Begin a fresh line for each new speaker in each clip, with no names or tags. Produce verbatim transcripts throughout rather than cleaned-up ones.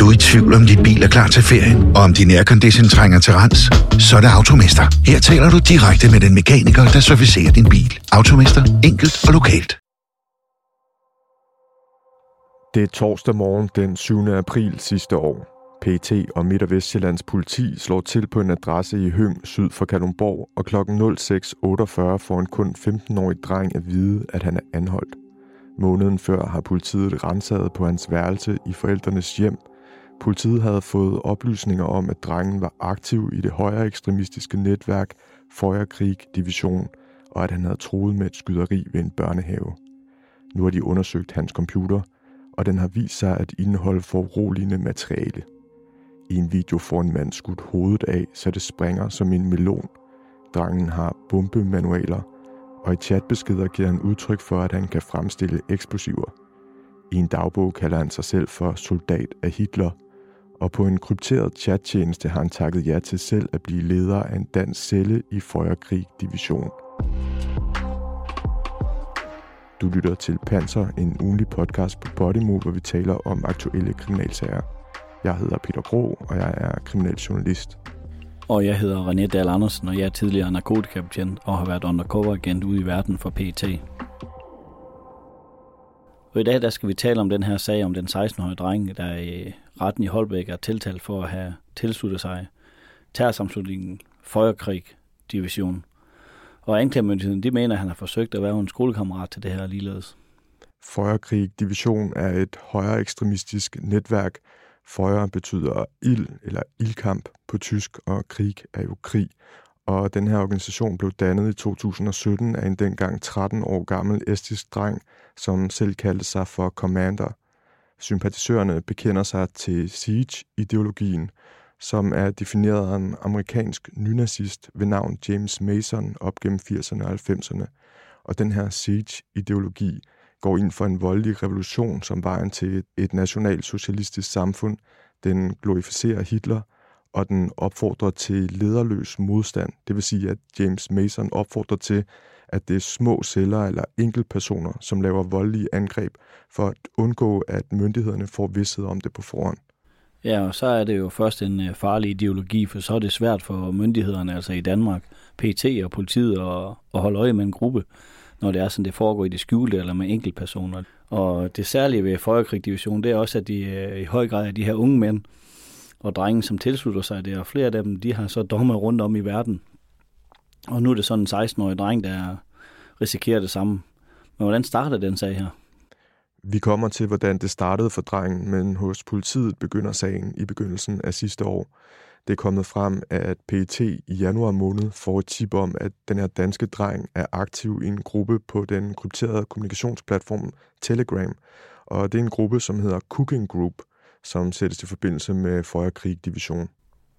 du er i tvivl om dit bil er klar til ferien, og om din aircondition trænger til rens, så er det Automester. Her taler du direkte med den mekaniker, der servicerer din bil. Automester. Enkelt og lokalt.
Det er torsdag morgen den syvende april sidste år. P T og Midt- og Vestsjællands politi slår til på en adresse i Høng syd for Kalundborg, og klokken nul seks otteogfyrre får en kun femten-årig dreng at vide, at han er anholdt. Måneden før har politiet ransaget på hans værelse i forældrenes hjem. Politiet havde fået oplysninger om, at drengen var aktiv i det højere ekstremistiske netværk Feuerkrieg Division, og at han havde truet med et skyderi ved en børnehave. Nu har de undersøgt hans computer, og den har vist sig at indeholde foruroligende materiale. I en video får en mand skudt hovedet af, så det springer som en melon. Drengen har bombemanualer, og i chatbeskeder giver han udtryk for, at han kan fremstille eksplosiver. I en dagbog kalder han sig selv for soldat af Hitler, og på en krypteret chattjeneste har han takket ja til selv at blive leder af en dansk celle i Feuerkrieg Division. Du lytter til Panser, en ugenlig podcast på Podimo, hvor vi taler om aktuelle kriminalsager. Jeg hedder Peter Grå, og jeg er kriminaljournalist.
Og jeg hedder René Dahl Andersen, og jeg er tidligere narkotikabetjent og har været undercover-agent ude i verden for P E T. Og i dag der skal vi tale om den her sag om den seksten-årige dreng, der i retten i Holbæk er tiltalt for at have tilsluttet sig terrorsammenslutningen Feuerkrieg Division. Og anklagemyndigheden, de mener, at han har forsøgt at være en skolekammerat til det her ligeledes.
Feuerkrieg Division er et højere ekstremistisk netværk. Feuer betyder ild eller ildkamp på tysk, og krig er jo krig. Og den her organisation blev dannet i to tusind og sytten af en dengang tretten år gammel estisk dreng, som selv kaldte sig for Commander. Sympatisørerne bekender sig til Siege-ideologien, som er defineret af en amerikansk nynazist ved navn James Mason op gennem firserne og halvfemserne. Og den her Siege-ideologi går ind for en voldelig revolution som vejen til et nationalsocialistisk samfund. Den glorificerer Hitler, og den opfordrer til lederløs modstand. Det vil sige, at James Mason opfordrer til, at det er små celler eller enkeltpersoner, som laver voldelige angreb for at undgå, at myndighederne får vished om det på forhånd.
Ja, og så er det jo først en farlig ideologi, for så er det svært for myndighederne, altså i Danmark, P E T og politiet, at, at holde øje med en gruppe, når det er sådan, det foregår i det skjulte eller med enkeltpersoner. Og det særlige ved Feuerkrieg Division, det er også, at de i høj grad er de her unge mænd og drenge, som tilslutter sig det, og flere af dem, de har så dommer rundt om i verden. Og nu er det sådan en seksten-årig dreng, der risikerer det samme. Men hvordan starter den sag her?
Vi kommer til, hvordan det startede for drengen, men hos politiet begynder sagen i begyndelsen af sidste år. Det er kommet frem, at P E T i januar måned får et tip om, at den her danske dreng er aktiv i en gruppe på den krypterede kommunikationsplatform Telegram. Og det er en gruppe, som hedder Cooking Group, som sættes i forbindelse med Feuerkrieg Division.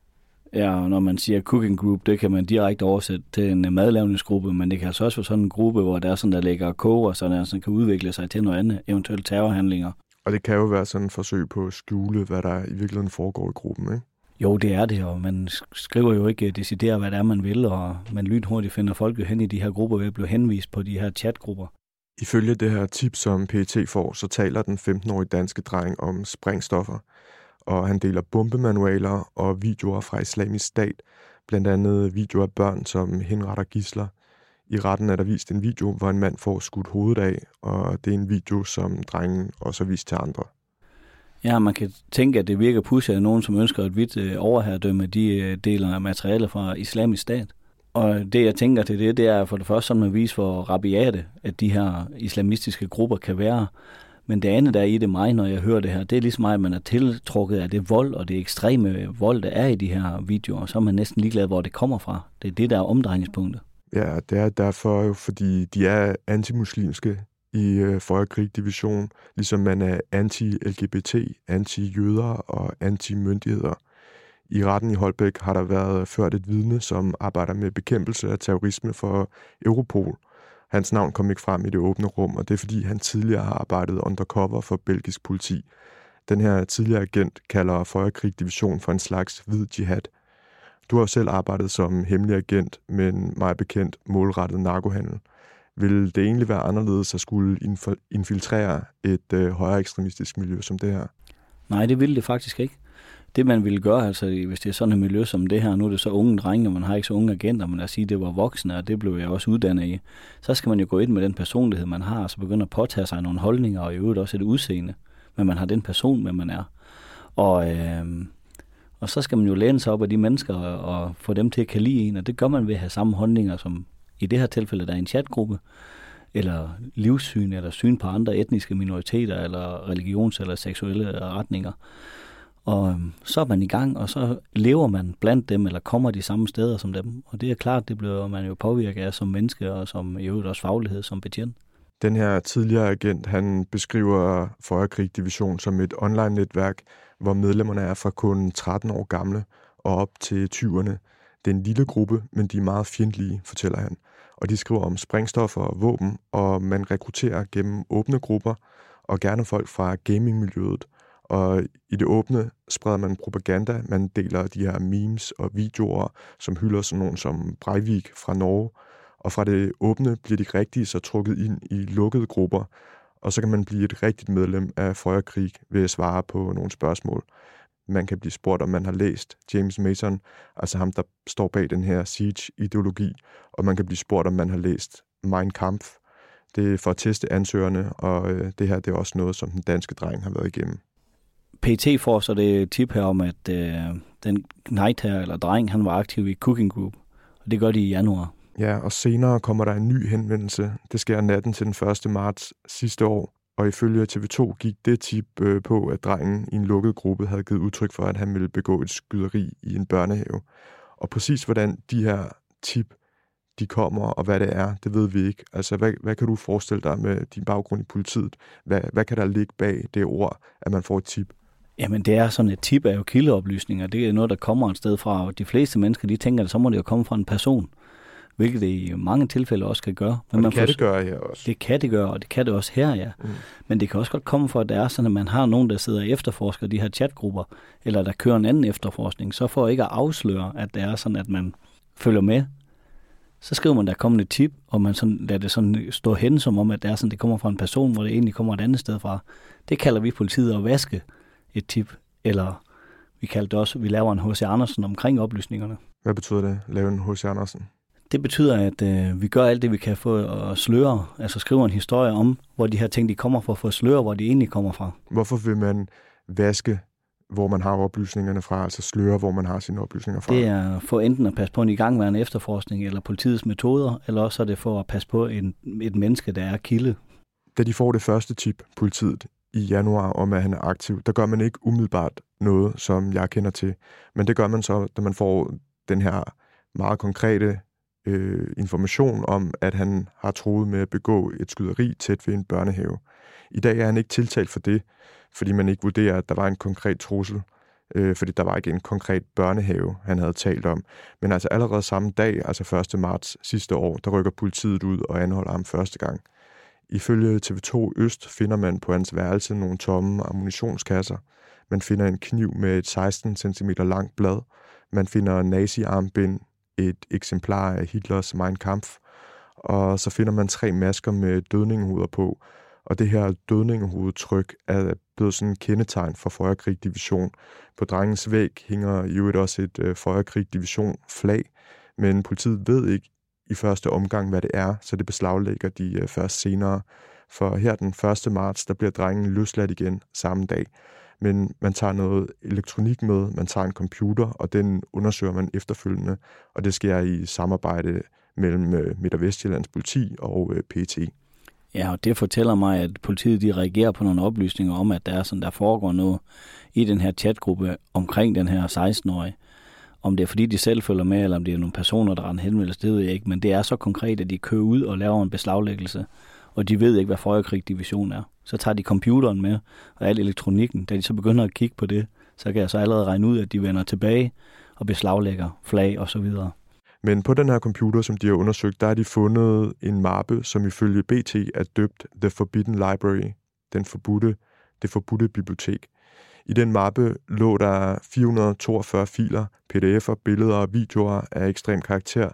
Ja, og når man siger Cooking Group, det kan man direkte oversætte til en madlavningsgruppe, men det kan altså også være sådan en gruppe, hvor der er sådan, der ligger og koger, så der sådan kan udvikle sig til noget andet, eventuelt terrorhandlinger. Og
det kan jo være sådan et forsøg på at skjule, hvad der i virkeligheden foregår i gruppen, ikke?
Jo, det er det, og man skriver jo ikke decideret, hvad det er, man vil, og man lynhurtigt finder folk jo hen i de her grupper ved at blive henvist på de her chatgrupper.
Ifølge det her tip, som P E T får, så taler den femten-årige danske dreng om sprængstoffer, og han deler bombemanualer og videoer fra Islamisk Stat, blandt andet videoer af børn, som henretter gidsler. I retten er der vist en video, hvor en mand får skudt hovedet af, og det er en video, som drengen også har vist til andre.
Ja, man kan tænke, at det virker pudsigt, at nogen, som ønsker et vidt overherredømme, de deler af materialer fra Islamisk Stat. Og det, jeg tænker til det, det er for det første sådan, at vise, hvor rabiate, at de her islamistiske grupper kan være. Men det andet, der er i det mig, når jeg hører det her, det er ligesom mig, at man er tiltrukket af det vold og det ekstreme vold, der er i de her videoer. Så er man næsten ligeglad, hvor det kommer fra. Det er det, der er omdrejningspunktet.
Ja, det er derfor jo, fordi de er antimuslimske i uh, Feuerkrieg Division, ligesom man er anti-L G B T, anti-jøder og anti-myndigheder. I retten i Holbæk har der været ført et vidne, som arbejder med bekæmpelse af terrorisme for Europol. Hans navn kom ikke frem i det åbne rum, og det er fordi, han tidligere har arbejdet undercover for belgisk politi. Den her tidligere agent kalder Feuerkrieg Division for en slags hvid jihad. Du har jo selv arbejdet som hemmelig agent, men meget bekendt målrettet narkohandel. Vil det egentlig være anderledes at skulle infiltrere et øh, højere ekstremistisk miljø som det her?
Nej, det ville det faktisk ikke. Det man ville gøre, altså hvis det er sådan et miljø som det her, nu er det så unge drenge, og man har ikke så unge agenter, men lad os sige, det var voksne, og det blev jeg også uddannet i, så skal man jo gå ind med den personlighed, man har, og så begynde at påtage sig nogle holdninger, og i øvrigt også et udseende, men man har den person, med man er. Og, øh, og så skal man jo læne sig op af de mennesker, og, og få dem til at kan lide en, og det gør man ved at have samme holdninger, som i det her tilfælde, der er en chatgruppe, eller livssyn, eller syn på andre etniske minoriteter, eller religions- eller seksuelle retninger. Og så er man i gang, og så lever man blandt dem, eller kommer de samme steder som dem. Og det er klart, det bliver man jo påvirket af som menneske, og som i øvrigt også faglighed som betjent.
Den her tidligere agent, han beskriver Føjerkrig Division som et online-netværk, hvor medlemmerne er fra kun tretten år gamle og op til tyverne. Det er en lille gruppe, men de er meget fjendtlige, fortæller han. Og de skriver om sprængstoffer og våben, og man rekrutterer gennem åbne grupper, og gerne folk fra gamingmiljøet. Og i det åbne spreder man propaganda, man deler de her memes og videoer, som hylder sådan nogen som Breivik fra Norge. Og fra det åbne bliver de rigtige så trukket ind i lukkede grupper, og så kan man blive et rigtigt medlem af Føjerkrig ved at svare på nogle spørgsmål. Man kan blive spurgt, om man har læst James Mason, altså ham, der står bag den her siege-ideologi, og man kan blive spurgt, om man har læst Mein Kampf. Det er for at teste ansøgerne, og det her det er også noget, som den danske dreng har været igennem.
P T får så det tip her om, at øh, den knægt her, eller dreng, han var aktiv i Cooking Group, og det gør de i januar.
Ja, og senere kommer der en ny henvendelse. Det sker natten til den første marts sidste år, og ifølge T V to gik det tip øh, på, at drengen i en lukket gruppe havde givet udtryk for, at han ville begå et skyderi i en børnehave. Og præcis hvordan de her tip, de kommer, og hvad det er, det ved vi ikke. Altså, hvad, hvad kan du forestille dig med din baggrund i politiet? Hvad, hvad kan der ligge bag det ord, at man får et tip?
Jamen, det er sådan et tip af jo kildeoplysninger. Det er noget, der kommer et sted fra, og de fleste mennesker, de tænker, at så må det jo komme fra en person, hvilket det i mange tilfælde også kan gøre. Men
og
man
det kan
får,
det gøre her også.
Det kan det gøre, og det kan det også her, ja. Mm. Men det kan også godt komme fra, at det er sådan, at man har nogen, der sidder og efterforsker de her chatgrupper, eller der kører en anden efterforskning, så for ikke at afsløre, at det er sådan, at man følger med, så skriver man, der kommer et tip, og man sådan, lader det sådan stå hen, som om, at det er sådan, det kommer fra en person, hvor det egentlig kommer et andet sted fra. Det kalder vi politiet at vaske et tip, eller vi kalder det også, vi laver en H C Andersen omkring oplysningerne.
Hvad betyder det, lave en H C Andersen?
Det betyder, at øh, vi gør alt det, vi kan få at sløre, altså skrive en historie om, hvor de her ting, de kommer fra, for at sløre, hvor de egentlig kommer fra.
Hvorfor vil man vaske, hvor man har oplysningerne fra, altså sløre, hvor man har sine oplysninger fra?
Det er for enten at passe på en igangværende efterforskning, eller politiets metoder, eller også er det for at passe på en, et menneske, der er kilde.
Da de får det første tip, politiet, i januar om, at han er aktiv, der gør man ikke umiddelbart noget, som jeg kender til. Men det gør man så, da man får den her meget konkrete øh, information om, at han har truet med at begå et skyderi tæt ved en børnehave. I dag er han ikke tiltalt for det, fordi man ikke vurderer, at der var en konkret trussel, øh, fordi der var ikke en konkret børnehave, han havde talt om. Men altså allerede samme dag, altså første marts sidste år, der rykker politiet ud og anholder ham første gang. Ifølge T V to Øst finder man på hans værelse nogle tomme ammunitionskasser. Man finder en kniv med et seksten centimeter langt blad. Man finder nazi-armbind, et eksemplar af Hitlers Mein Kampf. Og så finder man tre masker med dødningehoveder på. Og det her dødningehovedtryk er blevet sådan en kendetegn for Føjerkrig Division. På drengens væg hænger i øvrigt også et uh, Føjerkrig Division flag. Men politiet ved ikke i første omgang, hvad det er, så det beslaglægger de uh, først senere. For her den første marts, der bliver drengen løsladt igen samme dag. Men man tager noget elektronik med, man tager en computer, og den undersøger man efterfølgende. Og det sker i samarbejde mellem uh, Midt- og Vestjyllands politi og uh, P T.
Ja, og det fortæller mig, at politiet de reagerer på nogle oplysninger om, at der er sådan, der foregår noget i den her chatgruppe omkring den her seksten-årige. Om det er fordi, de selv følger med, eller om det er nogle personer, der har en henvendelse, det ved jeg ikke. Men det er så konkret, at de kører ud og laver en beslaglæggelse, og de ved ikke, hvad Føjerkrig Division er. Så tager de computeren med, og al elektronikken. Da de så begynder at kigge på det, så kan jeg så allerede regne ud, at de vender tilbage og beslaglægger flag og så videre.
Men på den her computer, som de har undersøgt, der har de fundet en mappe, som ifølge B T er døbt The Forbidden Library, den forbudte, det forbudte bibliotek. I den mappe lå der fire hundrede og toogfyrre filer, P D F'er, billeder og videoer af ekstrem karakter.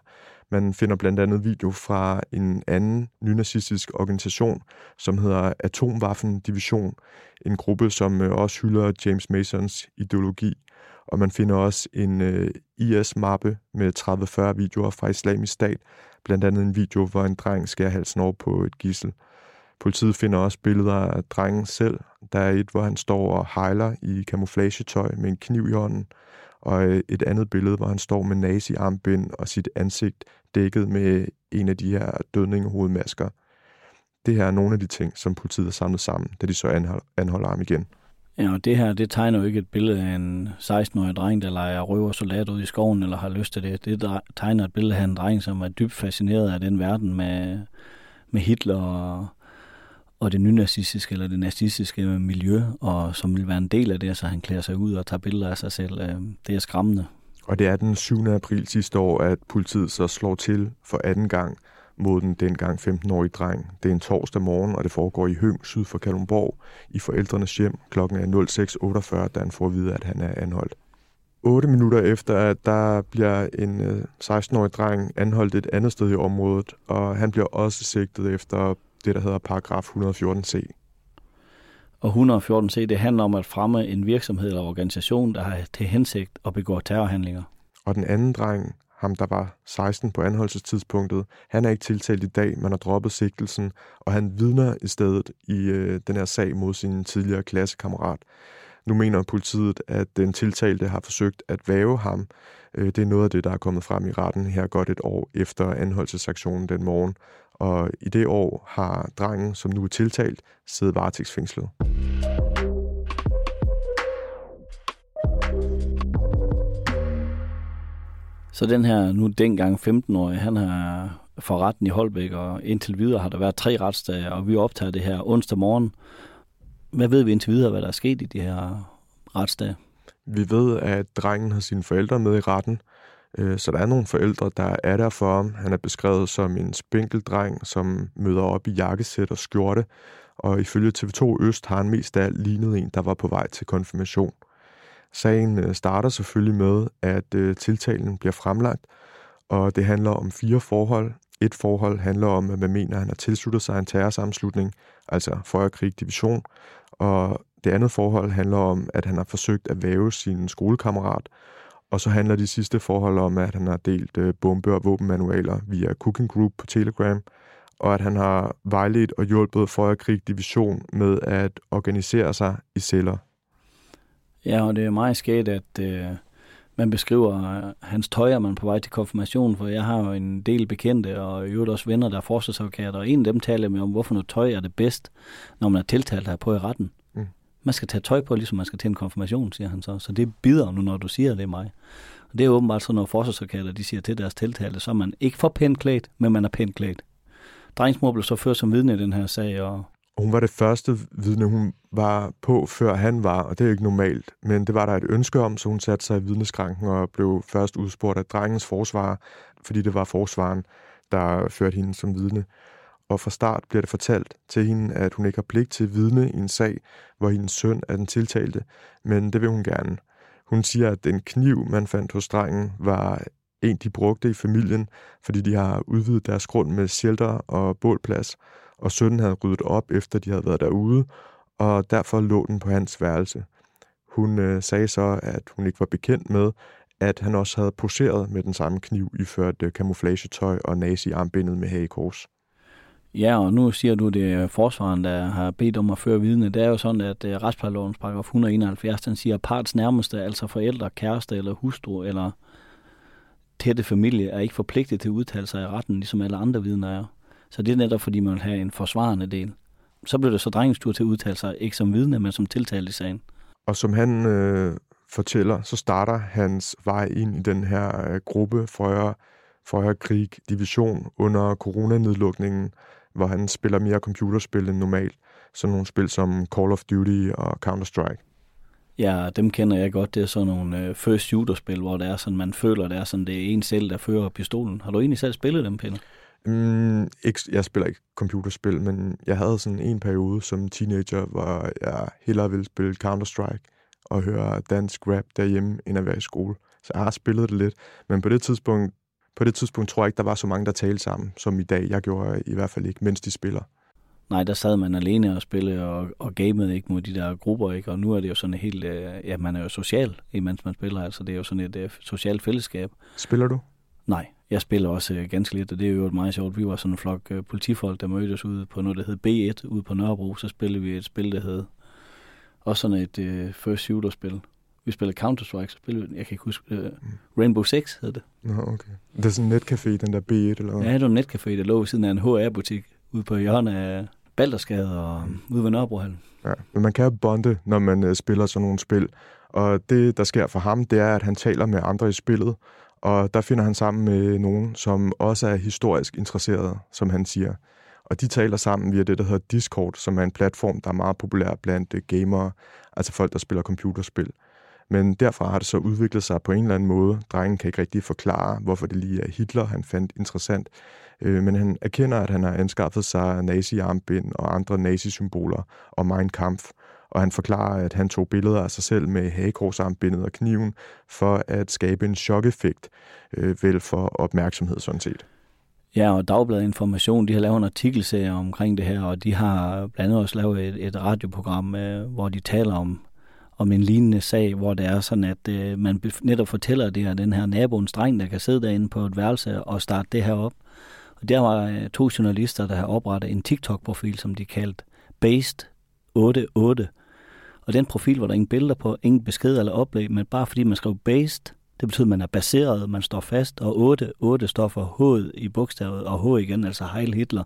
Man finder blandt andet video fra en anden nynazistisk organisation, som hedder Atomwaffen Division, en gruppe, som også hylder James Masons ideologi. Og man finder også en øh, I S-mappe med tredive til fyrre videoer fra Islamisk Stat, blandt andet en video, hvor en dreng skærer halsen over på et gidsel. Politiet finder også billeder af drengen selv. Der er et, hvor han står og hejler i camouflagetøj med en kniv i hånden, og et andet billede, hvor han står med nazi-armbind og sit ansigt dækket med en af de her dødningehovedmasker. Det her er nogle af de ting, som politiet har samlet sammen, da de så anholder ham igen.
Ja, og det her, det tegner jo ikke et billede af en seksten-årig dreng, der leger røver soldat ud i skoven, eller har lyst til det. Det tegner et billede af en dreng, som er dybt fascineret af den verden med, med Hitler og, og det nynazistiske eller det nazistiske miljø, og som vil være en del af det, så han klæder sig ud og tager billeder af sig selv. Det er skræmmende. Og det er den syvende april sidste år, at politiet så slår til for anden gang mod den dengang femten-årige dreng. Det er en torsdag morgen, og det foregår i Høng, syd for Kalundborg, i forældrenes hjem. Klokken er nul seks otteogfyrre, da han får at vide, at han er anholdt. Otte minutter efter, at der bliver en seksten-årig dreng anholdt et andet sted i området, og han bliver også sigtet efter det, der hedder paragraf et hundrede og fjorten C. Og et hundrede og fjorten C, det handler om at fremme en virksomhed eller organisation, der har til hensigt at begå terrorhandlinger.
Og den anden dreng, ham der var seksten på anholdelsestidspunktet, han er ikke tiltalt i dag, man har droppet sigtelsen, og han vidner i stedet i øh, den her sag mod sin tidligere klassekammerat. Nu mener politiet, at den tiltalte har forsøgt at væve ham. Øh, det er noget af det, der er kommet frem i retten her godt et år efter anholdelsesaktionen den morgen. Og i det år har drengen, som nu er tiltalt, siddet varetægtsfængslet.
Så den her nu dengang femten-årige, han har for retten i Holbæk, og indtil videre har der været tre retsdage, og vi optager det her onsdag morgen. Hvad ved vi indtil videre, hvad der er sket i de her retsdage?
Vi ved, at drengen har sine forældre med i retten, så der er nogle forældre, der er der for ham. Han er beskrevet som en spinkeldreng, som møder op i jakkesæt og skjorte, og ifølge T V to Øst har han mest af alt lignet en, der var på vej til konfirmation. Sagen starter selvfølgelig med, at tiltalen bliver fremlagt, og det handler om fire forhold. Et forhold handler om, at man mener, at han har tilsluttet sig en terrorsammenslutning, altså Feuerkrieg Division, og det andet forhold handler om, at han har forsøgt at væve sin skolekammerat, og så handler de sidste forhold om, at han har delt bombe- og våbenmanualer via Cooking Group på Telegram, og at han har vejledt og hjulpet Feuerkrieg Division med at organisere sig i celler.
Ja, og det er meget sket, at øh, man beskriver øh, hans tøj, er man på vej til konfirmation, for jeg har jo en del bekendte, og i øvrigt også venner, der er forsvarsadvokater, og en af dem taler med om, hvorfor noget tøj er det bedst, når man er tiltalt her på i retten. Mm. Man skal tage tøj på, ligesom man skal til en konfirmation, siger han så. Så det bider nu, når du siger det er mig. Og det er åbenbart sådan, når forsvarsadvokater, de siger til deres tiltalte, så er man ikke for pænt klædt, men man er pænt klædt. Drengens mor blev så ført som vidne i den her sag, og
hun var det første vidne, hun var på, før han var, og det er ikke normalt. Men det var der et ønske om, så hun satte sig i vidneskranken og blev først udspurgt af drengens forsvarer, fordi det var forsvaren, der førte hende som vidne. Og fra start bliver det fortalt til hende, at hun ikke har pligt til at vidne i en sag, hvor hendes søn er den tiltalte, men det vil hun gerne. Hun siger, at den kniv, man fandt hos drengen, var en, de brugte i familien, fordi de har udvidet deres grund med shelter og bålplads, og sønnen havde ryddet op, efter de havde været derude, og derfor lå den på hans værelse. Hun øh, sagde så, at hun ikke var bekendt med, at han også havde poseret med den samme kniv, iført øh, camouflagetøj og nazi-armbindet med hagekors.
Ja, og nu siger du, det er forsvaren, der har bedt om at føre vidne. Det er jo sådan, at uh, retsplejelovens paragraf et hundrede og enoghalvfjerds, den siger, at parts nærmeste, altså forældre, kæreste eller hustru eller tætte familie, er ikke forpligtet til at udtale sig i retten, ligesom alle andre vidner er. Så det er netop, fordi man vil have en forsvarende del. Så bliver det så drengens tur til at udtale sig, ikke som vidne, men som tiltalt i sagen.
Og som han øh, fortæller, så starter hans vej ind i den her øh, gruppe Feuerkrieg Division under coronanedlukningen, hvor han spiller mere computerspil end normalt. Sådan nogle spil som Call of Duty og Counter-Strike.
Ja, dem kender jeg godt. Det er sådan nogle øh, first shooter-spil, hvor det er sådan, man føler, det er sådan, det er en selv, der fører pistolen. Har du egentlig selv spillet dem, Peter?
Mm, ikke, jeg spiller ikke computerspil, men jeg havde sådan en periode som teenager, hvor jeg hellere ville spille Counter-Strike og høre dansk rap derhjemme, end at være i skole. Så jeg har spillet det lidt. Men på det tidspunkt, På det tidspunkt tror jeg ikke, der var så mange, der talte sammen, som i dag. Jeg gjorde i hvert fald ikke, mens de spiller.
Nej, der sad man alene og spillede og, og gamede ikke mod de der grupper, ikke? Og nu er det jo sådan et helt, øh, ja, man er jo social, imens man spiller, altså det er jo sådan et øh, socialt fællesskab.
Spiller du?
Nej, jeg spiller også øh, ganske lidt, og det er jo meget sjovt. Vi var sådan en flok øh, politifolk, der mødtes ude på noget, der hed B et, ude på Nørrebro, så spillede vi et spil, der hed også sådan et øh, first shooter-spil. Vi spillede Counter-Strike, så spillede vi, jeg kan ikke huske, øh, mm. Rainbow Six hed det.
Nå, okay. Det er sådan en netcafé, den der B et, eller hvad?
Ja, det var en netcafé, der lå ved siden af en H R-butik, ude på hjørnet af Baldersgade og mm. ude ved Nørrebrohallen.
Ja, men man kan jo bonde, når man uh, spiller sådan nogle spil. Og det, der sker for ham, det er, at han taler med andre i spillet, og der finder han sammen med nogen, som også er historisk interesserede, som han siger. Og de taler sammen via det, der hedder Discord, som er en platform, der er meget populær blandt uh, gamere, altså folk, der spiller computerspil. Men derfra har det så udviklet sig på en eller anden måde. Drengen kan ikke rigtig forklare, hvorfor det lige er Hitler, han fandt interessant. Men han erkender, at han har anskaffet sig nazi-armbind og andre nazi-symboler og Mein Kampf. Og han forklarer, at han tog billeder af sig selv med hagekorsarmbindet og kniven for at skabe en chok-effekt, vel for opmærksomhed sådan set.
Ja, og Dagbladet Information, de har lavet en artikelserie omkring det her, og de har blandt andet også lavet et, et radioprogram, hvor de taler om om en lignende sag, hvor det er sådan, at øh, man netop fortæller det her, den her naboens dreng, der kan sidde derinde på et værelse og starte det her op. Og der var øh, to journalister, der har oprettet en TikTok-profil, som de kaldte Based otte otte. Og den profil var der ingen billeder på, ingen besked eller oplæg, men bare fordi man skrev Based, det betyder, at man er baseret, man står fast, og otte otte står for H i bogstavet, og H igen, altså Heil Hitler.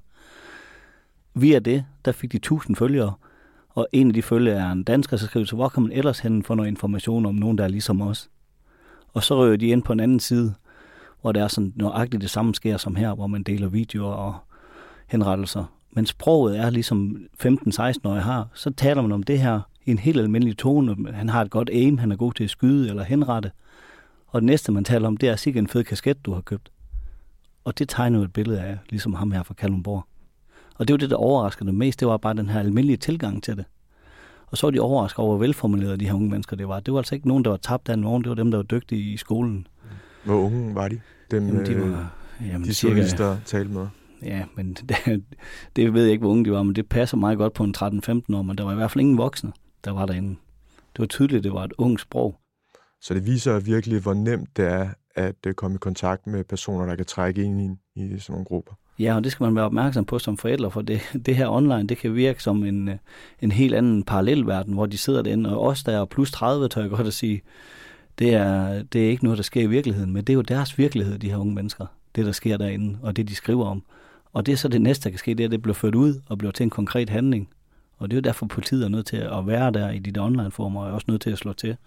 Via det, der fik de tusind følgere, og en af de følgere er en dansker, så skriver så hvor kan man ellers hen få noget information om nogen, der er ligesom os? Og så rører de ind på en anden side, hvor der er sådan nøjagtigt det samme sker som her, hvor man deler videoer og henrettelser. Men sproget er ligesom femten-seksten-årige har, så taler man om det her i en helt almindelig tone. Han har et godt aim, han er god til at skyde eller henrette. Og det næste, man taler om, det er sikkert en fed kasket, du har købt. Og det tegner jo et billede af, ligesom ham her fra Kalundborg. Og det var det, der overraskede mest. Det var bare den her almindelige tilgang til det. Og så var de overrasket over, hvor velformulerede de her unge mennesker det var. Det var altså ikke nogen, der var tabt af nogen. Det var dem, der var dygtige i skolen.
Hvor unge var de? Dem,
jamen, de var... Jamen,
de journalister talte med?
Ja, men det, det ved jeg ikke, hvor unge de var, men det passer meget godt på en tretten-femten år. Men der var i hvert fald ingen voksne, der var derinde. Det var tydeligt, det var et ungt sprog.
Så det viser virkelig, hvor nemt det er at komme i kontakt med personer, der kan trække ind i, i sådan nogle grupper.
Ja, og det skal man være opmærksom på som forældre, for det, det her online, det kan virke som en, en helt anden parallelverden, hvor de sidder derinde, og os der er plus tredive, tør jeg godt at sige, det er, det er ikke noget, der sker i virkeligheden, men det er jo deres virkelighed, de her unge mennesker, det der sker derinde, og det de skriver om. Og det er så det næste, der kan ske, det er, at det bliver ført ud og bliver til en konkret handling. Og det er jo derfor, politiet er nødt til at være der i de der online-former, og er også nødt til at slå til.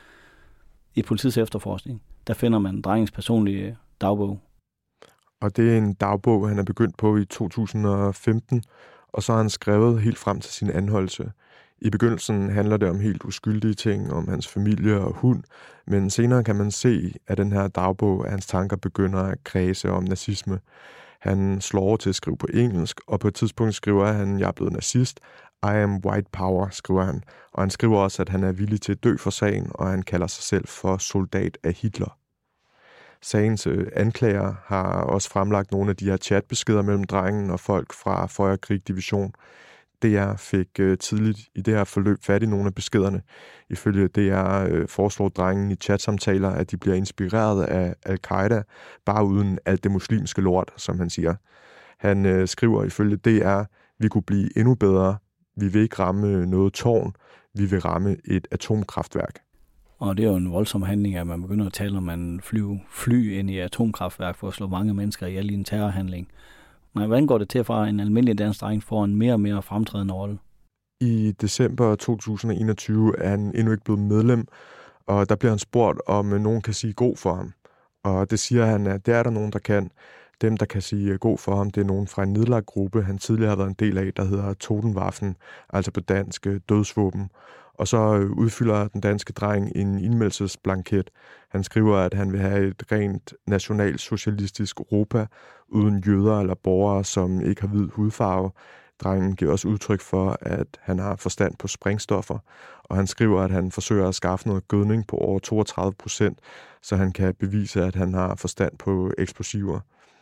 I politiets efterforskning, der finder man drengens personlige dagbog.
Og det er en dagbog, han er begyndt på i to tusind og femten, og så har han skrevet helt frem til sin anholdelse. I begyndelsen handler det om helt uskyldige ting, om hans familie og hund, men senere kan man se, at den her dagbog, at hans tanker begynder at kredse om nazisme. Han slår over til at skrive på engelsk, og på et tidspunkt skriver han, jeg er blevet nazist, I am white power, skriver han. Og han skriver også, at han er villig til at dø for sagen, og han kalder sig selv for soldat af Hitler. Sagens anklager har også fremlagt nogle af de her chatbeskeder mellem drengen og folk fra Feuerkrieg Division. D R fik tidligt i det her forløb fat i nogle af beskederne. Ifølge D R foreslår drengen i chatsamtaler, at de bliver inspireret af Al-Qaida, bare uden alt det muslimske lort, som han siger. Han øh, skriver ifølge D R, vi kunne blive endnu bedre. Vi vil ikke ramme noget tårn. Vi vil ramme et atomkraftværk.
Og det er jo en voldsom handling, at man begynder at tale om, at man flyver fly ind i atomkraftværk for at slå mange mennesker ihjel i en terrorhandling. Men hvordan går det til fra en almindelig dansk dreng får en mere og mere fremtrædende rolle?
I december to tusind og enogtyve er han endnu ikke blevet medlem, og der bliver han spurgt, om nogen kan sige god for ham. Og det siger han, at det er der nogen, der kan. Dem, der kan sige god for ham, det er nogen fra en nedlagt gruppe, han tidligere har været en del af, der hedder Totenwaffen, altså på dansk dødsvåben. Og så udfylder den danske dreng en indmeldelsesblanket. Han skriver, at han vil have et rent nationalsocialistisk Europa, uden jøder eller borgere, som ikke har hvid hudfarve. Drengen giver også udtryk for, at han har forstand på sprængstoffer, og han skriver, at han forsøger at skaffe noget gødning på over toogtredive procent, så han kan bevise, at han har forstand på eksplosiver.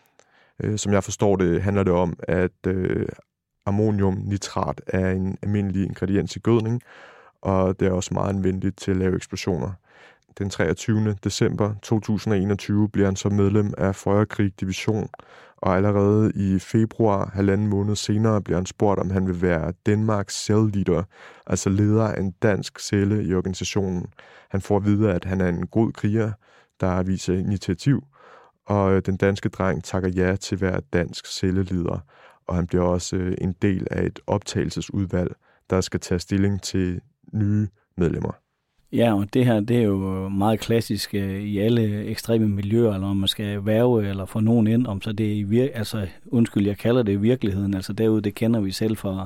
Øh, som jeg forstår det, handler det om, at øh, ammoniumnitrat er en almindelig ingrediens i gødning, og det er også meget anvendeligt til at lave eksplosioner. Den treogtyvende december to tusind og enogtyve bliver han så medlem af Feuerkrieg Division, og allerede i februar, halvanden måned senere, bliver han spurgt, om han vil være Danmarks cell-leader, altså leder af en dansk celle i organisationen. Han får at vide, at han er en god kriger, der viser initiativ, og den danske dreng takker ja til at være dansk celleleder, og han bliver også en del af et optagelsesudvalg, der skal tage stilling til nye medlemmer.
Ja, og det her, det er jo meget klassisk i alle ekstreme miljøer, eller om man skal værve eller få nogen ind, om så det er i vir- altså undskyld, jeg kalder det i virkeligheden, altså derude, det kender vi selv fra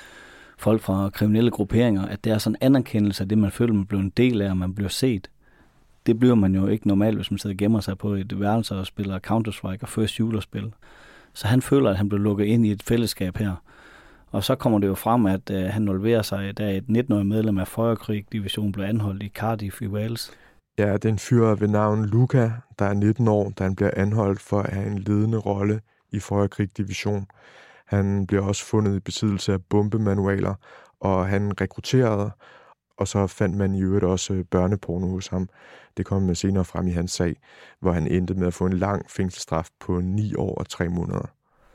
folk fra kriminelle grupperinger, at det er sådan en anerkendelse af det, man føler, man bliver en del af, og man bliver set. Det bliver man jo ikke normalt, hvis man sidder og gemmer sig på et værelse og spiller Counter-Strike og First Shooter-spil. Så han føler, at han bliver lukket ind i et fællesskab her. Og så kommer det jo frem, at øh, han involverer sig, da et nitten-årig medlem af Feuerkrieg Division blev anholdt i Cardiff i Wales.
Ja, det er en fyr ved navn Luca, der er nitten år, da han bliver anholdt for at have en ledende rolle i Feuerkrieg Division. Han bliver også fundet i besiddelse af bombemanualer, og han rekrutterede, og så fandt man i øvrigt også børneporno hos ham. Det kom senere frem i hans sag, hvor han endte med at få en lang fængselsstraf på ni år og tre måneder.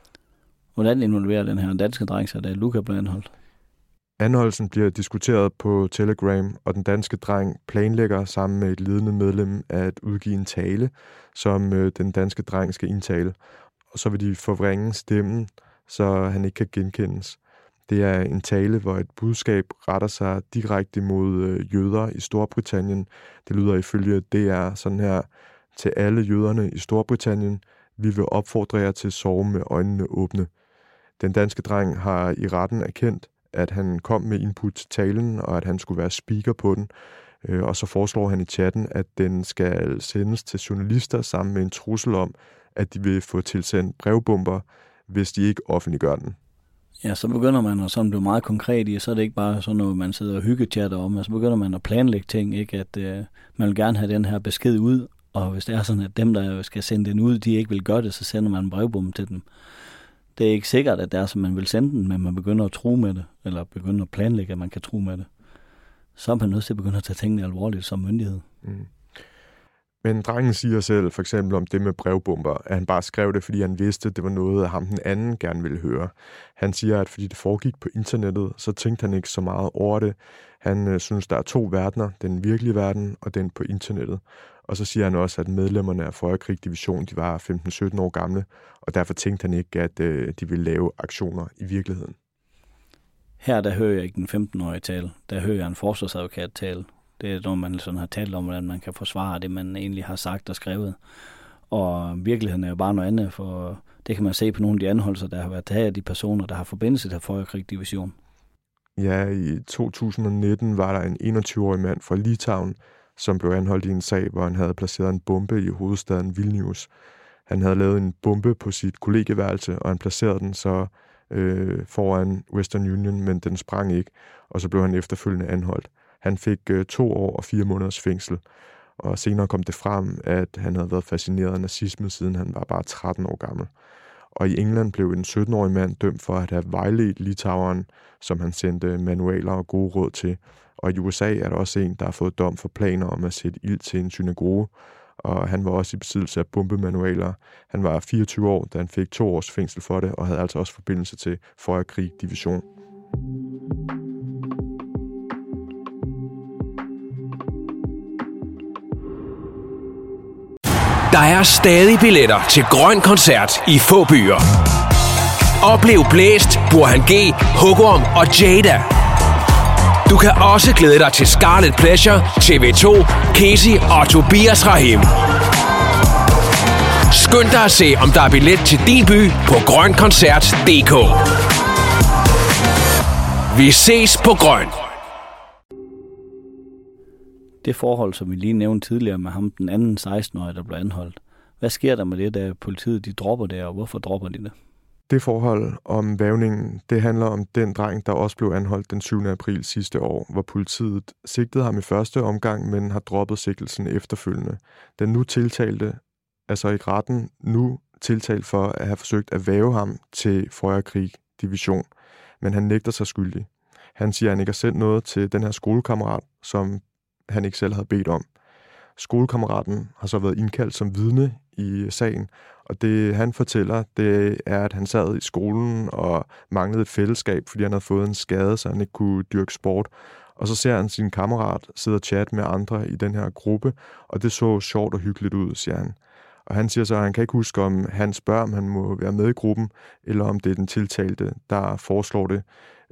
Hvordan involverer den her danske dreng sig, da Luca blev anholdt?
Anholdelsen bliver diskuteret på Telegram, og den danske dreng planlægger sammen med et ledende medlem at udgive en tale, som øh, den danske dreng skal indtale. Og så vil de forvrænge stemmen, så han ikke kan genkendes. Det er en tale, hvor et budskab retter sig direkte mod øh, jøder i Storbritannien. Det lyder ifølge D R sådan her: til alle jøderne i Storbritannien, vi vil opfordre jer til at sove med øjnene åbne. Den danske dreng har i retten erkendt, at han kom med input til talen, og at han skulle være speaker på den. Og så foreslår han i chatten, at den skal sendes til journalister sammen med en trussel om, at de vil få tilsendt brevbomber, hvis de ikke offentliggør den.
Ja, så begynder man at sådan blive meget konkret i, så er det ikke bare sådan noget, man sidder og hyggechatter om, og så begynder man at planlægge ting, ikke? At øh, man vil gerne have den her besked ud, og hvis det er sådan, at dem, der skal sende den ud, de ikke vil gøre det, så sender man en brevbombe til dem. Det er ikke sikkert, at det er, som man vil sende den, men man begynder at tro med det, eller begynder at planlægge, at man kan tro med det. Så er man nødt til at begynde at tage tingene alvorligt som myndighed. Mm.
Men drengen siger selv, for eksempel om det med brevbomber, at han bare skrev det, fordi han vidste, at det var noget, ham den anden gerne ville høre. Han siger, at fordi det foregik på internettet, så tænkte han ikke så meget over det. Han øh, synes, der er to verdener, den virkelige verden og den på internettet. Og så siger han også, at medlemmerne af Feuerkrieg Division, de var femten sytten år gamle, og derfor tænkte han ikke, at øh, de ville lave aktioner i virkeligheden.
Her der hører jeg ikke en femten-årig tale. Der hører jeg en forsvarsadvokat tale. Det er når man sådan har talt om, hvordan man kan forsvare det, man egentlig har sagt og skrevet. Og virkeligheden er jo bare noget andet, for det kan man se på nogle af de anholdelser, der har været taget af de personer, der har forbindelse til Feuerkrieg Division.
Ja, i to tusind og nitten var der en enogtyve-årig mand fra Litauen, som blev anholdt i en sag, hvor han havde placeret en bombe i hovedstaden Vilnius. Han havde lavet en bombe på sit kollegeværelse, og han placerede den så øh, foran Western Union, men den sprang ikke, og så blev han efterfølgende anholdt. Han fik øh, to år og fire måneders fængsel, og senere kom det frem, at han havde været fascineret af nazisme, siden han var bare tretten år gammel. Og i England blev en sytten-årig mand dømt for at have vejledt litaueren, som han sendte manualer og gode råd til. Og i U S A er der også en, der har fået dom for planer om at sætte ild til en synagoge, og han var også i besiddelse af bombemanualer. Han var fireogtyve år, da han fik to års fængsel for det, og havde altså også forbindelse til Feuerkrieg Division.
Der er stadig billetter til Grøn Koncert i få byer. Oplev Blæst, Burhan G, Hugorm og Jada. Du kan også glæde dig til Scarlet Pleasure, T V to, Casey og Tobias Rahim. Skynd dig at se, om der er billet til din by på grøn koncert punktum d k. Vi ses på Grøn.
Det forhold, som vi lige nævnte tidligere med ham, den anden seksten-årige, der blev anholdt. Hvad sker der med det, da politiet de dropper det, og hvorfor dropper de det?
Det forhold om vævningen, det handler om den dreng, der også blev anholdt den syvende april sidste år, hvor politiet sigtede ham i første omgang, men har droppet sigtelsen efterfølgende. Den nu tiltalte, altså i retten, nu tiltalt for at have forsøgt at væve ham til Feuerkrieg Division, men han nægter sig skyldig. Han siger, at han ikke har sendt noget til den her skolekammerat, som han ikke selv havde bedt om. Skolekammeraten har så været indkaldt som vidne i sagen, og det han fortæller, det er, at han sad i skolen og manglede et fællesskab, fordi han havde fået en skade, så han ikke kunne dyrke sport. Og så ser han sin kammerat sidde og chatte med andre i den her gruppe, og det så sjovt og hyggeligt ud, siger han. Og han siger så, at han kan ikke huske, om han spørger, om han må være med i gruppen, eller om det er den tiltalte, der foreslår det.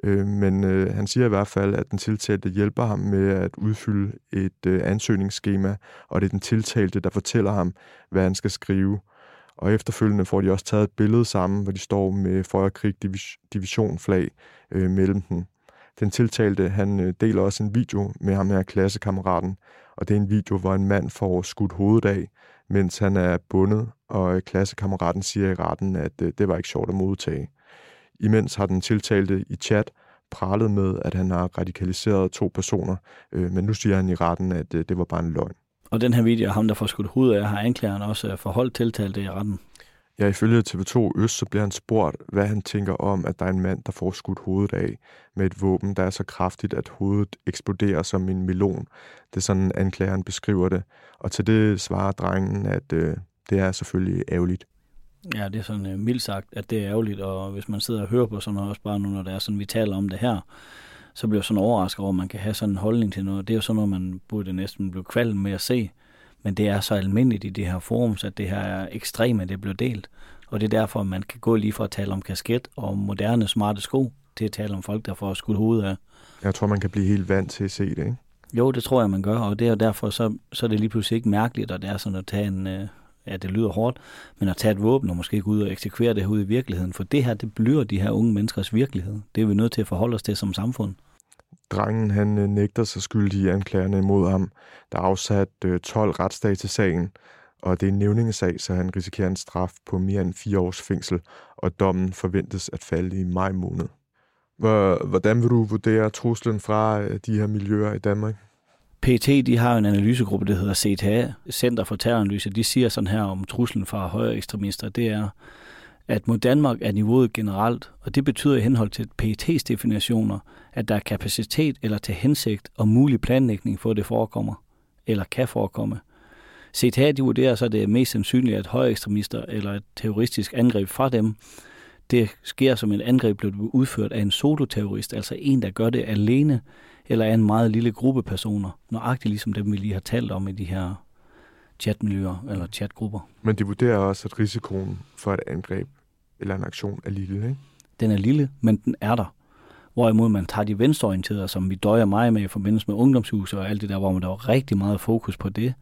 Men øh, han siger i hvert fald, at den tiltalte hjælper ham med at udfylde et øh, ansøgningsskema, og det er den tiltalte, der fortæller ham, hvad han skal skrive. Og efterfølgende får de også taget et billede sammen, hvor de står med Feuerkrieg Division flag øh, mellem dem. Den tiltalte, han øh, deler også en video med ham her klassekammeraten, og det er en video, hvor en mand får skudt hovedet af, mens han er bundet, og klassekammeraten siger i retten, at øh, det var ikke sjovt at modtage. Imens har den tiltalte i chat pralet med, at han har radikaliseret to personer, øh, men nu siger han i retten, at øh, det var bare en løgn.
Og den her video af ham, der får skudt hovedet af, har anklageren også forholdt tiltalte i retten?
Ja, ifølge T V to Øst, så bliver han spurgt, hvad han tænker om, at der er en mand, der får skudt hovedet af med et våben, der er så kraftigt, at hovedet eksploderer som en melon. Det er sådan, anklageren beskriver det. Og til det svarer drengen, at øh, det er selvfølgelig ærgerligt.
Ja, det er sådan uh, mildt sagt, at det er ærgerligt, og hvis man sidder og hører på sådan noget, også bare nu, når det er sådan, vi taler om det her, så bliver jeg sådan overrasket over, at man kan have sådan en holdning til noget. Det er jo sådan noget, man burde næsten blive kvalm med at se, men det er så almindeligt i de her forums, at det her er ekstremt, at det bliver delt. Og det er derfor, at man kan gå lige fra at tale om kasket og moderne, smarte sko, til at tale om folk, der får skudt hovedet af.
Jeg tror, man kan blive helt vant til at se det, ikke?
Jo, det tror jeg, man gør, og det er derfor, så, så er det lige pludselig ikke mærkeligt, og det er sådan at tage en... Uh, ja, det lyder hårdt, men at tage et våben og måske gå ud og eksekvere det her ud i virkeligheden, for det her, det bløder de her unge menneskers virkelighed. Det er vi nødt til at forholde os til som samfund.
Drengen, han nægter sig skyldig i anklagerne imod ham. Der er afsat tolv retsdage til sagen, og det er en nævningesag, så han risikerer en straf på mere end fire års fængsel, og dommen forventes at falde i maj måned. Hvordan vil du vurdere truslen fra de her miljøer i Danmark?
P E T, de har en analysegruppe, der hedder C T A, Center for Terroranalyse. De siger sådan her om truslen fra højre ekstremister, det er, at mod Danmark er niveauet generelt, og det betyder i henhold til P E T's definitioner, at der er kapacitet eller til hensigt og mulig planlægning for, at det forekommer, eller kan forekomme. C T A, de vurderer så, at det er mest sandsynligt, at højre ekstremister eller et terroristisk angreb fra dem, det sker som et angreb blev udført af en soloterrorist, altså en, der gør det alene, eller af en meget lille gruppe personer, nøjagtigt ligesom dem, vi lige har talt om i de her chatmiljøer eller chatgrupper.
Men de vurderer også, at risikoen for et angreb eller en aktion er lille, ikke?
Den er lille, men den er der. Hvorimod man tager de venstreorienterede, som vi døjer meget med i forbindelse med ungdomshuse og alt det der, hvor man der var rigtig meget fokus på det,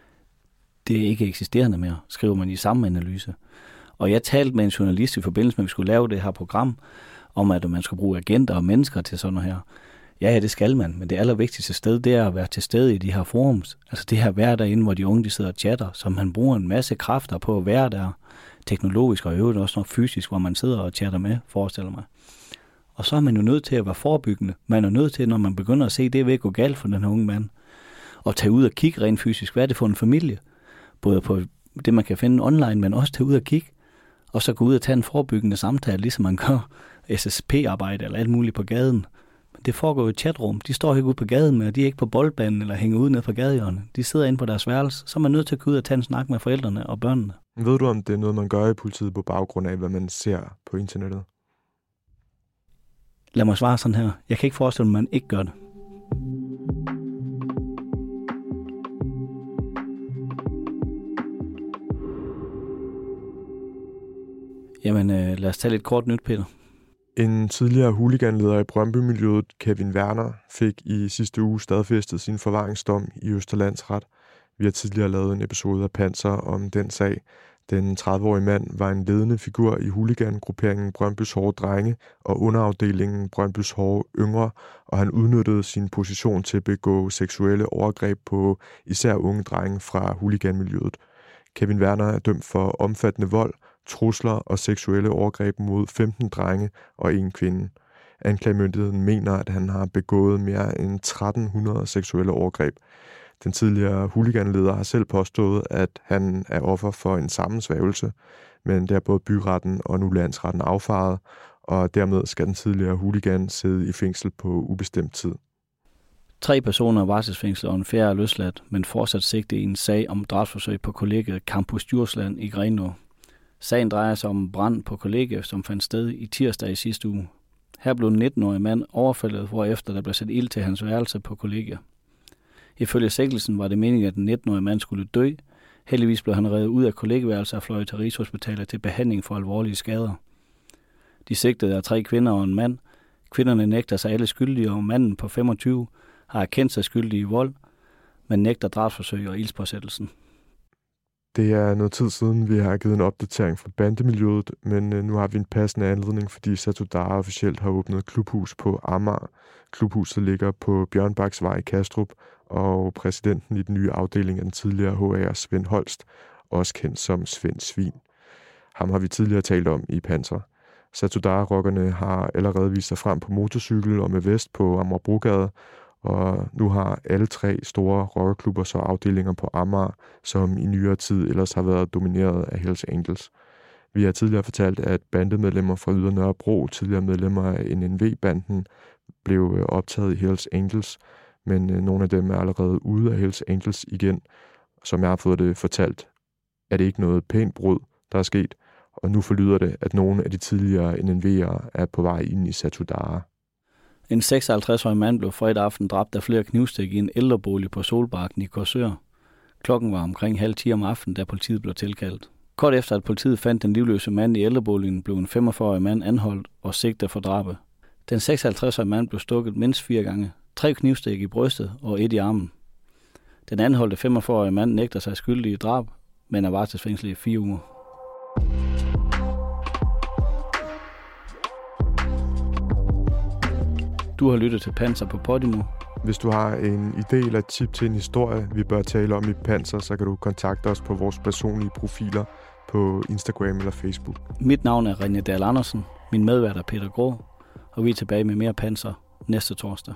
det er ikke eksisterende mere, skriver man i samme analyse. Og jeg talte med en journalist i forbindelse med, at vi skulle lave det her program, om at man skulle bruge agenter og mennesker til sådan noget her. Ja, ja, det skal man, men det allervigtigste sted, det er at være til stede i de her forums. Altså det her være derinde, hvor de unge de sidder og chatter, så man bruger en masse kræfter på at være der, teknologisk og i øvrigt også noget fysisk, hvor man sidder og chatter med, forestiller mig. Og så er man jo nødt til at være forebyggende. Man er nødt til, når man begynder at se, det er ved at gå galt for den her unge mand, og tage ud og kigge rent fysisk. Hvad er det for en familie? Både på det, man kan finde online, men også tage ud og kigge, og så gå ud og tage en forebyggende samtale, ligesom man gør S S P-arbejde eller alt muligt på gaden. Det foregår i chatrum. De står ikke ude på gaden med, og de er ikke på boldbanen eller hænger ude nede på gadehjørnet. De sidder inde på deres værelse, så er man nødt til at gå ud og tage en snak med forældrene og børnene.
Ved du, om det er noget, man gør i politiet på baggrund af, hvad man ser på internettet?
Lad mig svare sådan her. Jeg kan ikke forestille mig, at man ikke gør det. Jamen, øh, lad os tage lidt kort nyt, Peter.
En tidligere hooliganleder i Brøndby-miljøet, Kevin Werner, fik i sidste uge stadfæstet sin forvaringsdom i Østerlandsret. Vi har tidligere lavet en episode af Panser om den sag. Den tredive-årige mand var en ledende figur i hooligangrupperingen Brøndbys Hårde Drenge og underafdelingen Brøndbys Hårde Yngre, og han udnyttede sin position til at begå seksuelle overgreb på især unge drenge fra hooliganmiljøet. Kevin Werner er dømt for omfattende vold, trusler og seksuelle overgreb mod femten drenge og en kvinde. Anklagemyndigheden mener, at han har begået mere end tretten hundrede seksuelle overgreb. Den tidligere hooliganleder har selv påstået, at han er offer for en sammensværgelse, men det er både byretten og nu landsretten affaret, og dermed skal den tidligere hooligan sidde i fængsel på ubestemt tid.
Tre personer er varetægtsfængslet og en fjerde er løsladt, men fortsat sigtet i en sag om drabsforsøg på kollegiet Campus Djursland i Grenaa. Sagen drejer sig om brand på kollegiet, som fandt sted i tirsdag i sidste uge. Her blev en nitten-årig mand overfaldet, hvorefter der blev sat ild til hans værelse på kollegiet. Ifølge sigtelsen var det meningen, at den nitten-årige mand skulle dø. Heldigvis blev han reddet ud af kollegieværelset og fløjet til Rigshospitalet til behandling for alvorlige skader. De sigtede er tre kvinder og en mand. Kvinderne nægter sig alle skyldige, og manden på femogtyve har erkendt sig skyldig i vold, men nægter drabsforsøg og ildspåsættelsen.
Det er noget tid siden, vi har givet en opdatering fra bandemiljøet, men nu har vi en passende anledning, fordi Satudarah officielt har åbnet klubhus på Amager. Klubhuset ligger på Bjørnbaksvej i Kastrup, og præsidenten i den nye afdeling er den tidligere H A'er Svend Holst, også kendt som Svend Svin. Ham har vi tidligere talt om i Panser. Satudarah-rockerne har allerede vist sig frem på motorcykel og med vest på Amagerbrogade, og nu har alle tre store rockerklubber så afdelinger på Amager, som i nyere tid ellers har været domineret af Hells Angels. Vi har tidligere fortalt, at bandemedlemmer fra Ydre Nørrebro, tidligere medlemmer af N N V-banden, blev optaget i Hells Angels, men nogle af dem er allerede ude af Hells Angels igen. Som jeg har fået det fortalt, er det ikke noget pænt brud, der er sket, og nu forlyder det, at nogle af de tidligere N N V'ere er på vej ind i Satudarah.
En seksoghalvtreds-årig mand blev fredag aften dræbt af flere knivstik i en ældrebolig på Solbakken i Korsør. Klokken var omkring halv ti om aftenen, da politiet blev tilkaldt. Kort efter, at politiet fandt den livløse mand i ældreboligen, blev en femogfyrre-årig mand anholdt og sigtet for drabet. Den seksoghalvtreds-årige mand blev stukket mindst fire gange, tre knivstik i brystet og et i armen. Den anholdte femogfyrre-årige mand nægter sig skyldig i drab, men er varetægtsfængslet i fire uger. Du har lyttet til Panser på Podimo.
Hvis du har en idé eller et tip til en historie, vi bør tale om i Panser, så kan du kontakte os på vores personlige profiler på Instagram eller Facebook.
Mit navn er René Dahl Andersen, min medvært er Peter Grå, og vi er tilbage med mere Panser næste torsdag.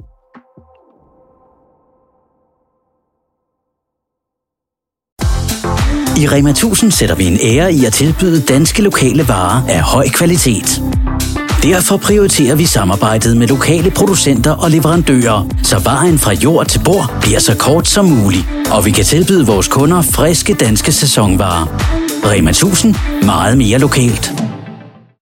I Rema tusind sætter vi en ære i at tilbyde danske lokale varer af høj kvalitet. Derfor prioriterer vi samarbejdet med lokale producenter og leverandører, så vejen fra jord til bord bliver så kort som muligt. Og vi kan tilbyde vores kunder friske danske sæsonvarer. Rema tusind. Meget mere lokalt.